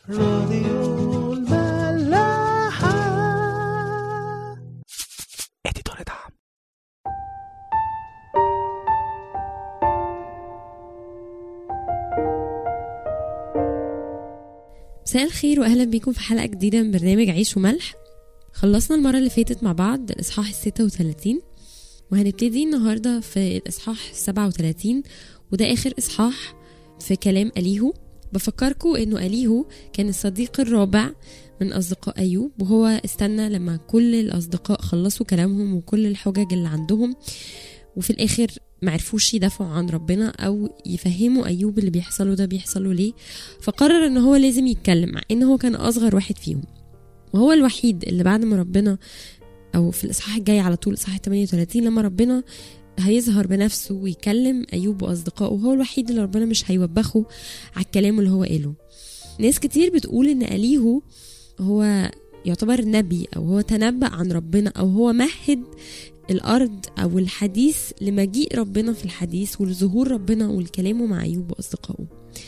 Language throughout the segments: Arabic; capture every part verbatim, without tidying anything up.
راديو الملاحة. اديتور دعم. مساء الخير واهلا بيكم في حلقة جديدة من برنامج عيش وملح. خلصنا المرة اللي فاتت مع بعض الإصحاح الستة وثلاثين، وهنبتدي النهاردة في الإصحاح السبعة وثلاثين، وده آخر إصحاح في كلام أليهو. بفكركم إنه أليهو كان الصديق الرابع من أصدقاء أيوب، وهو استنى لما كل الأصدقاء خلصوا كلامهم وكل الحجج اللي عندهم، وفي الآخر معرفوش يدافعوا عن ربنا أو يفهموا أيوب اللي بيحصله ده بيحصله ليه، فقرر إنه هو لازم يتكلم، مع إنه هو كان أصغر واحد فيهم، وهو الوحيد اللي بعد ما ربنا أو في الإصحاح الجاي على طول إصحاح ثمانية وثلاثين لما ربنا هيظهر بنفسه ويكلم أيوب وأصدقائه، هو الوحيد اللي ربنا مش هيوبخه على الكلام اللي هو قاله. ناس كتير بتقول إن أليهو هو يعتبر نبي أو هو تنبأ عن ربنا أو هو مهد الأرض أو الحديث لمجيء ربنا في الحديث ولظهور ربنا والكلام مع أيوب وأصدقائه.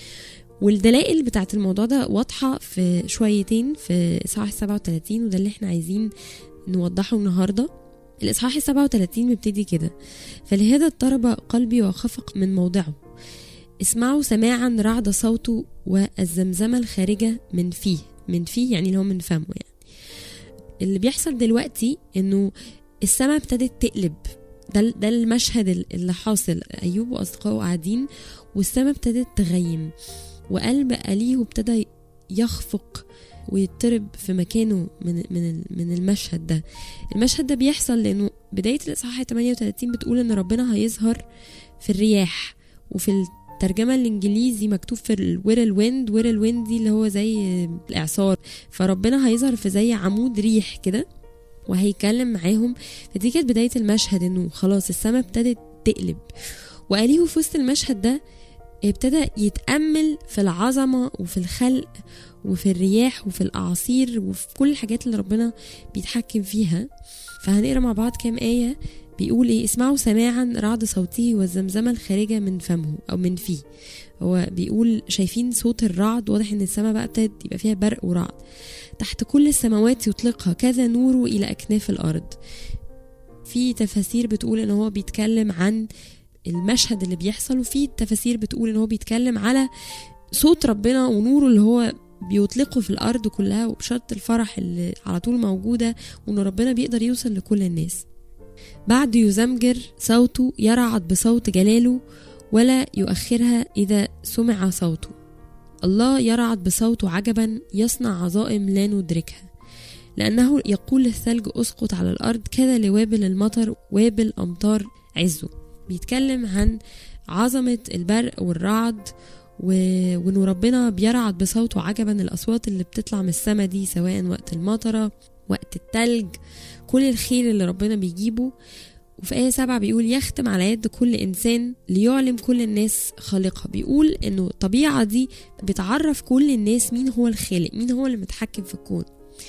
والدلائل بتاعت الموضوع ده واضحة في شويتين في إصحاح سبعة وثلاثين، وده اللي احنا عايزين نوضحه النهاردة. الإصحاح سبعة وثلاثين مبتدي كده: فلهذا اضطرب قلبي وخفق من موضعه، اسمعوا سماعا رعد صوته والزمزمة الخارجة من فيه. من فيه يعني اللي هو من فمه. يعني اللي بيحصل دلوقتي انه السماء ابتدت تقلب. ده, ده المشهد اللي حاصل. أيوب وأصدقائه قاعدين والسماء ابتدت تغيم، وقلب أليهو ابتدى يخفق ويضطرب في مكانه من من من المشهد ده. المشهد ده بيحصل لأنه بداية الإصحاح ثمانية وثلاثين بتقول إن ربنا هيظهر في الرياح، وفي الترجمة الإنجليزي مكتوب في الويرل ويند. ويرل ويند دي اللي هو زي الإعصار، فربنا هيظهر في زي عمود ريح كده وهيكلم معاهم. فدي كانت بداية المشهد، إنه خلاص السماء ابتدت تقلب، وأليهو في وسط المشهد ده ابتدى يتأمل في العظمة وفي الخلق وفي الرياح وفي الأعاصير وفي كل الحاجات اللي ربنا بيتحكم فيها. فهنقرأ مع بعض كام آية. بيقول ايه: اسمعوا سماعا رعد صوته والزمزمة الخارجة من فمه أو من فيه. هو بيقول شايفين صوت الرعد، واضح ان السماء بقى ابتدت يبقى فيها برق ورعد. تحت كل السماوات يطلقها كذا نوره إلى أكناف الأرض. في تفاسير بتقول ان هو بيتكلم عن المشهد اللي بيحصل، وفي تفاسير بتقول ان هو بيتكلم على صوت ربنا ونوره اللي هو بيطلقه في الأرض كلها، وبشرط الفرح اللي على طول موجودة، وان ربنا بيقدر يوصل لكل الناس. بعد يزمجر صوته يرعد بصوت جلاله ولا يؤخرها إذا سمع صوته. الله يرعد بصوته عجبا، يصنع عظائم لا ندركها، لأنه يقول للثلج أسقط على الأرض، كذا لوابل المطر وابل أمطار عزه. بيتكلم عن عظمة البرق والرعد، وإنه ربنا بيرعد بصوته عجبا. الأصوات اللي بتطلع من السماء دي سواء وقت المطرة وقت التلج، كل الخير اللي ربنا بيجيبه. وفي آية سبعة بيقول يختم على يد كل إنسان ليعلم كل الناس خالقها. بيقول إنه الطبيعة دي بتعرف كل الناس مين هو الخالق، مين هو اللي متحكم في الكون.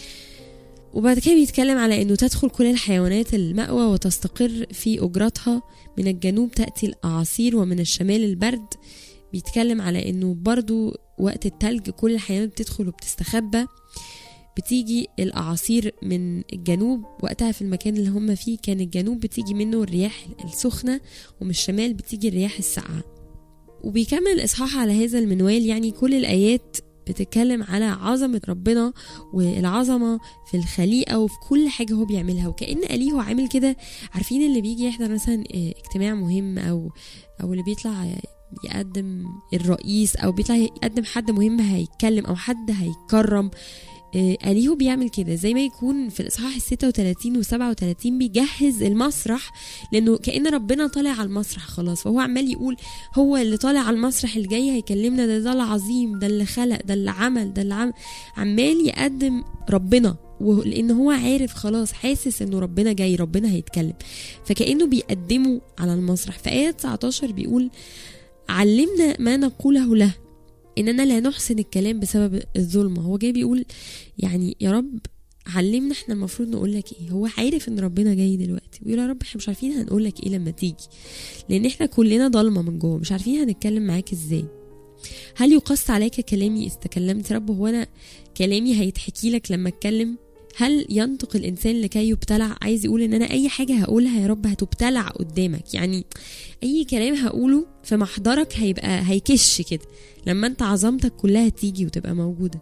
وبعد كده بيتكلم على إنه تدخل كل الحيوانات المأوى وتستقر في أجرتها، من الجنوب تأتي الأعاصير ومن الشمال البرد. بيتكلم على إنه برضو وقت التلج كل الحيوانات بتدخل وبتستخبى. بتيجي الأعاصير من الجنوب، وقتها في المكان اللي هم فيه كان الجنوب بتيجي منه الرياح السخنة، ومن الشمال بتيجي الرياح الساقعة. وبيكمل الإصحاح على هذا المنوال. يعني كل الآيات بتتكلم على عظمة ربنا والعظمة في الخليقة وفي كل حاجة هو بيعملها. وكأن أليهو عامل كده، عارفين اللي بيجي يحضر مثلا اجتماع مهم أو أو اللي بيطلع يقدم الرئيس أو بيطلع يقدم حد مهم هيتكلم أو حد هيكرم، أليهو بيعمل كده زي ما يكون في الإصحاح الستة وثلاثين والسبعة وثلاثين بيجهز المسرح، لأنه كأن ربنا طالع على المسرح خلاص، فهو عمال يقول هو اللي طالع على المسرح الجاي هيكلمنا، ده ده العظيم، ده اللي خلق، ده اللي عمل، ده اللي عمل. عمال يقدم ربنا، ولأن هو عارف خلاص، حاسس أنه ربنا جاي، ربنا هيتكلم، فكأنه بيقدمه على المسرح. في آية تسعة عشر بيقول علمنا ما نقوله له، إننا لا نحسن الكلام بسبب الظلمة. هو جاي بيقول يعني يا رب علمنا احنا المفروض نقول لك ايه. هو عارف ان ربنا جاي دلوقتي، ويقول يا رب احنا مش عارفين هنقول لك ايه لما تيجي، لان احنا كلنا ضلمة من جوه، مش عارفين هنتكلم معاك ازاي. هل يقص عليك كلامي إذ تكلمت؟ رب هو أنا كلامي هيتحكي لك لما أتكلم؟ هل ينطق الإنسان لكي يبتلع؟ عايز يقول إن أنا أي حاجة هقولها يا رب هتبتلع قدامك، يعني أي كلام هقوله في محضرك هيبقى هيكش كده لما أنت عظمتك كلها تيجي وتبقى موجودة.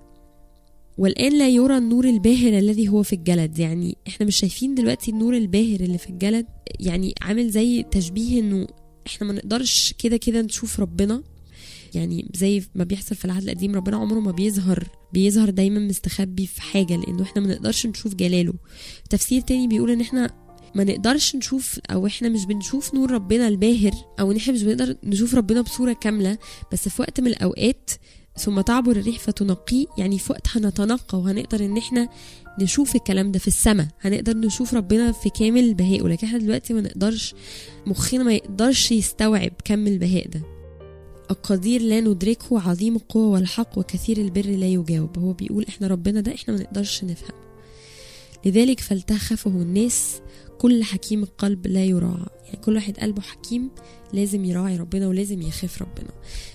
والآن لا يرى النور الباهر الذي هو في الجلد، يعني احنا مش شايفين دلوقتي النور الباهر اللي في الجلد، يعني عامل زي تشبيه انه احنا ما نقدرش كده كده نشوف ربنا، يعني زي ما بيحصل في العهد القديم ربنا عمره ما بيظهر بيظهر دايما مستخبي في حاجة لانه احنا ما نقدرش نشوف جلاله. تفسير تاني بيقول ان احنا ما نقدرش نشوف او احنا مش بنشوف نور ربنا الباهر، او ان احنا مش بنقدر نشوف ربنا بصورة كاملة، بس في وقت من الاوقات ثم تعبر الريح فتنقيه، يعني في وقت هنتنقى وهنقدر ان احنا نشوف الكلام ده في السماء، هنقدر نشوف ربنا في كامل بهائه، لكن احنا دلوقتي ما نقدرش، مخنا ما يقدرش يستوعب كم البهاء ده. القدير لا ندركه، عظيم القوة والحق وكثير البر لا يجاوب. هو بيقول احنا ربنا ده احنا ما نقدرش نفهم، لذلك فلتخفه الناس، كل حكيم القلب لا يراعى، يعني كل واحد قلبه حكيم لازم يراعي ربنا ولازم يخاف ربنا.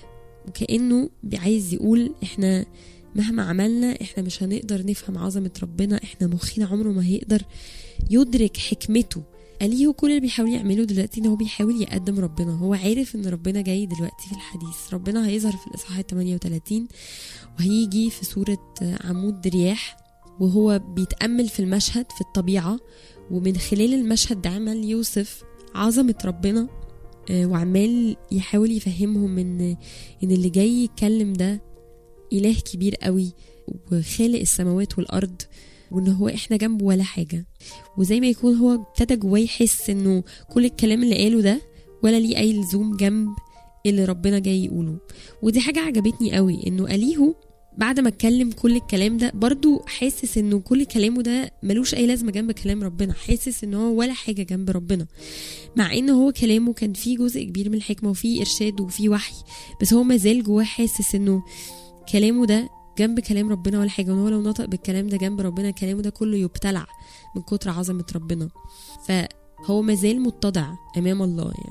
وكأنه عايز يقول احنا مهما عملنا احنا مش هنقدر نفهم عظمة ربنا، احنا مخينا عمره ما هيقدر يدرك حكمته. أليه كل اللي بيحاول يعمله دلوقتي ان هو بيحاول يقدم ربنا، هو عارف ان ربنا جاي دلوقتي في الحديث، ربنا هيظهر في الإصحاح ثمانية وثلاثين وهيجي في صورة عمود رياح، وهو بيتأمل في المشهد في الطبيعة، ومن خلال المشهد ده عمال يوصف عظمة ربنا، وعمال يحاول يفهمهم ان ان اللي جاي يتكلم ده إله كبير قوي وخالق السماوات والأرض، وان هو احنا جنبه ولا حاجة. وزي ما يكون هو ابتدى جواه يحس انه كل الكلام اللي قاله ده ولا ليه اي لزوم جنب اللي ربنا جاي يقوله. ودي حاجة عجبتني قوي، انه أليهو بعد ما اتكلم كل الكلام ده برضو حاسس انه كل كلامه ده ملوش اي لازمة جنب كلام ربنا، حاسس انه هو ولا حاجة جنب ربنا، مع انه هو كلامه كان فيه جزء كبير من الحكمة وفيه ارشاد وفيه وحي، بس هو مازال جواه حاسس انه كلامه ده جنب كلام ربنا ولا حاجة، وهو لو نطق بالكلام ده جنب ربنا كلامه ده كله يبتلع من كتر عظمة ربنا. فهو مازال متضع امام الله. يعني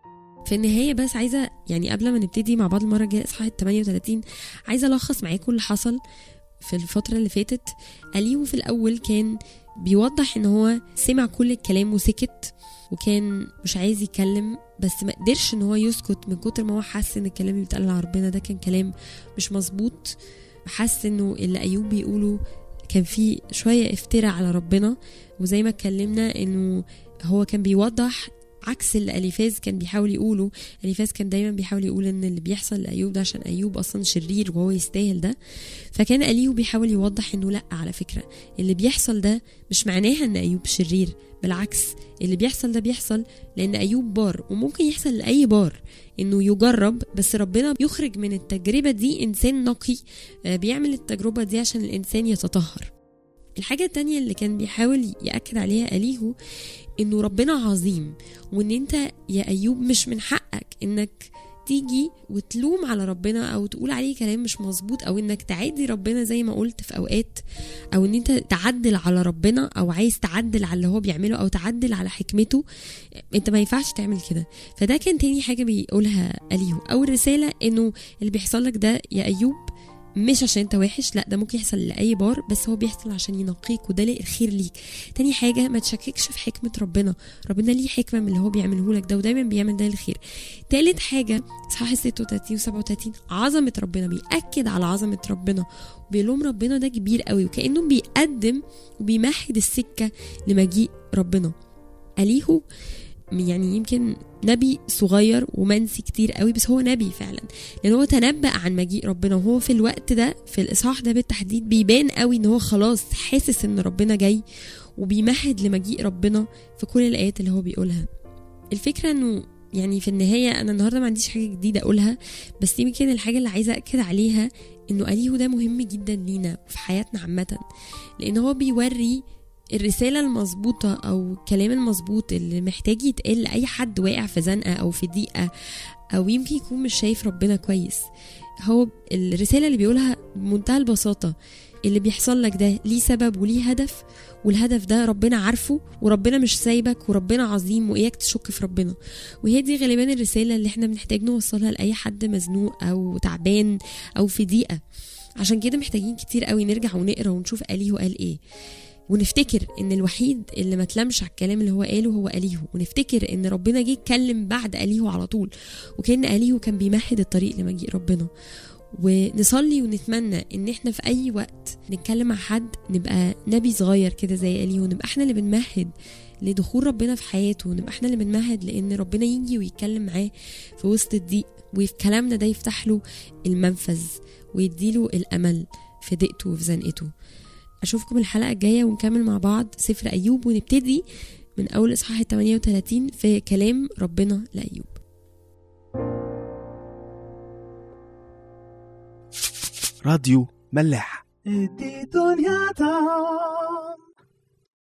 في النهاية بس عايزة يعني قبل ما نبتدي مع بعض المرة الجاية إصحاح ثمانية وثلاثين عايزة ألخص معاكم اللي حصل في الفترة اللي فاتت. أليهو في الأول كان بيوضح إن هو سمع كل الكلام وسكت، وكان مش عايز يتكلم، بس ما قدرش إن هو يسكت من كتر ما هو حس إن الكلام اللي بيتقال على ربنا ده كان كلام مش مظبوط. حس إنه اللي أيوب بيقوله كان فيه شوية افتراء على ربنا، وزي ما اتكلمنا إنه هو كان بيوضح عكس اللي أليفاز كان بيحاول يقوله. أليفاز كان دايما بيحاول يقول ان اللي بيحصل لأيوب ده عشان أيوب أصلا شرير وهو يستاهل ده، فكان أليه بيحاول يوضح انه لا، على فكرة اللي بيحصل ده مش معناها ان أيوب شرير، بالعكس اللي بيحصل ده بيحصل لأن أيوب بار، وممكن يحصل لأي بار انه يجرب، بس ربنا بيخرج من التجربة دي إنسان نقي بيعمل التجربة دي عشان الإنسان يتطهر. الحاجة التانية اللي كان بيحاول يأكد عليها أليهو انه ربنا عظيم، وان انت يا ايوب مش من حقك انك تيجي وتلوم على ربنا او تقول عليه كلام مش مظبوط، او انك تعادي ربنا زي ما قلت في اوقات، او ان انت تعدل على ربنا، او عايز تعدل على اللي هو بيعمله، او تعدل على حكمته. انت ما ينفعش تعمل كده. فده كان تاني حاجة بيقولها أليهو، او الرسالة انه اللي بيحصل لك ده يا ايوب مش عشان انت وحش، لا ده ممكن يحصل لأي بار، بس هو بيحصل عشان ينقيك وده ليه الخير ليك. تاني حاجة ما تشككش في حكمة ربنا، ربنا ليه حكمة من اللي هو بيعمله لك ده، ودايما بيعمل ده للخير. تالت حاجة إصحاح ستة وثلاثين وسبعة وثلاثين عظمة ربنا، بيأكد على عظمة ربنا وبيلوم ربنا ده كبير قوي، وكأنه بيقدم وبيمهد السكة لمجيء ربنا. أليهو يعني يمكن نبي صغير ومنسي كتير قوي، بس هو نبي فعلا، لان هو تنبأ عن مجيء ربنا، وهو في الوقت ده في الإصحاح ده بالتحديد بيبان قوي ان هو خلاص حاسس ان ربنا جاي، وبيمهد لمجيء ربنا في كل الآيات اللي هو بيقولها. الفكرة انه يعني في النهاية انا النهاردة ما عنديش حاجة جديدة اقولها، بس يمكن الحاجة اللي عايزة أكد عليها انه أليهو ده مهم جدا لينا وفي حياتنا عامة، لان هو بيوري الرسالة المظبوطة أو الكلام المظبوط اللي محتاج يتقال لأي حد واقع في زنقة أو في ضيقة، أو يمكن يكون مش شايف ربنا كويس. هو الرسالة اللي بيقولها بمنتهى البساطة اللي بيحصل لك ده ليه سبب وليه هدف، والهدف ده ربنا عارفه، وربنا مش سايبك، وربنا عظيم، وإياك تشك في ربنا. وهي دي غالبا الرسالة اللي احنا بنحتاج نوصلها لأي حد مزنوق أو تعبان أو في ضيقة. عشان كده محتاجين كتير قوي نرجع ونقرأ ونشوف أليهو قال ايه، ونفتكر ان الوحيد اللي ما تلمش على الكلام اللي هو قاله هو أليهو، ونفتكر ان ربنا جه يتكلم بعد أليهو على طول، وكأن أليهو كان بيمهد الطريق لمجيء ربنا. ونصلي ونتمنى ان احنا في اي وقت نتكلم مع حد نبقى نبي صغير كده زي أليهو، نبقى احنا اللي بنمهد لدخول ربنا في حياته، نبقى احنا اللي بنمهد لان ربنا يجي ويتكلم معاه في وسط الضيق، وفي كلامنا ده يفتح له المنفذ ويديله الامل في ضيقته وفي زنقته. اشوفكم الحلقة الجاية ونكمل مع بعض سفر أيوب، ونبتدي من اول اصحاح ثمانية وثلاثين في كلام ربنا لأيوب. راديو ملاح. ادي دنيا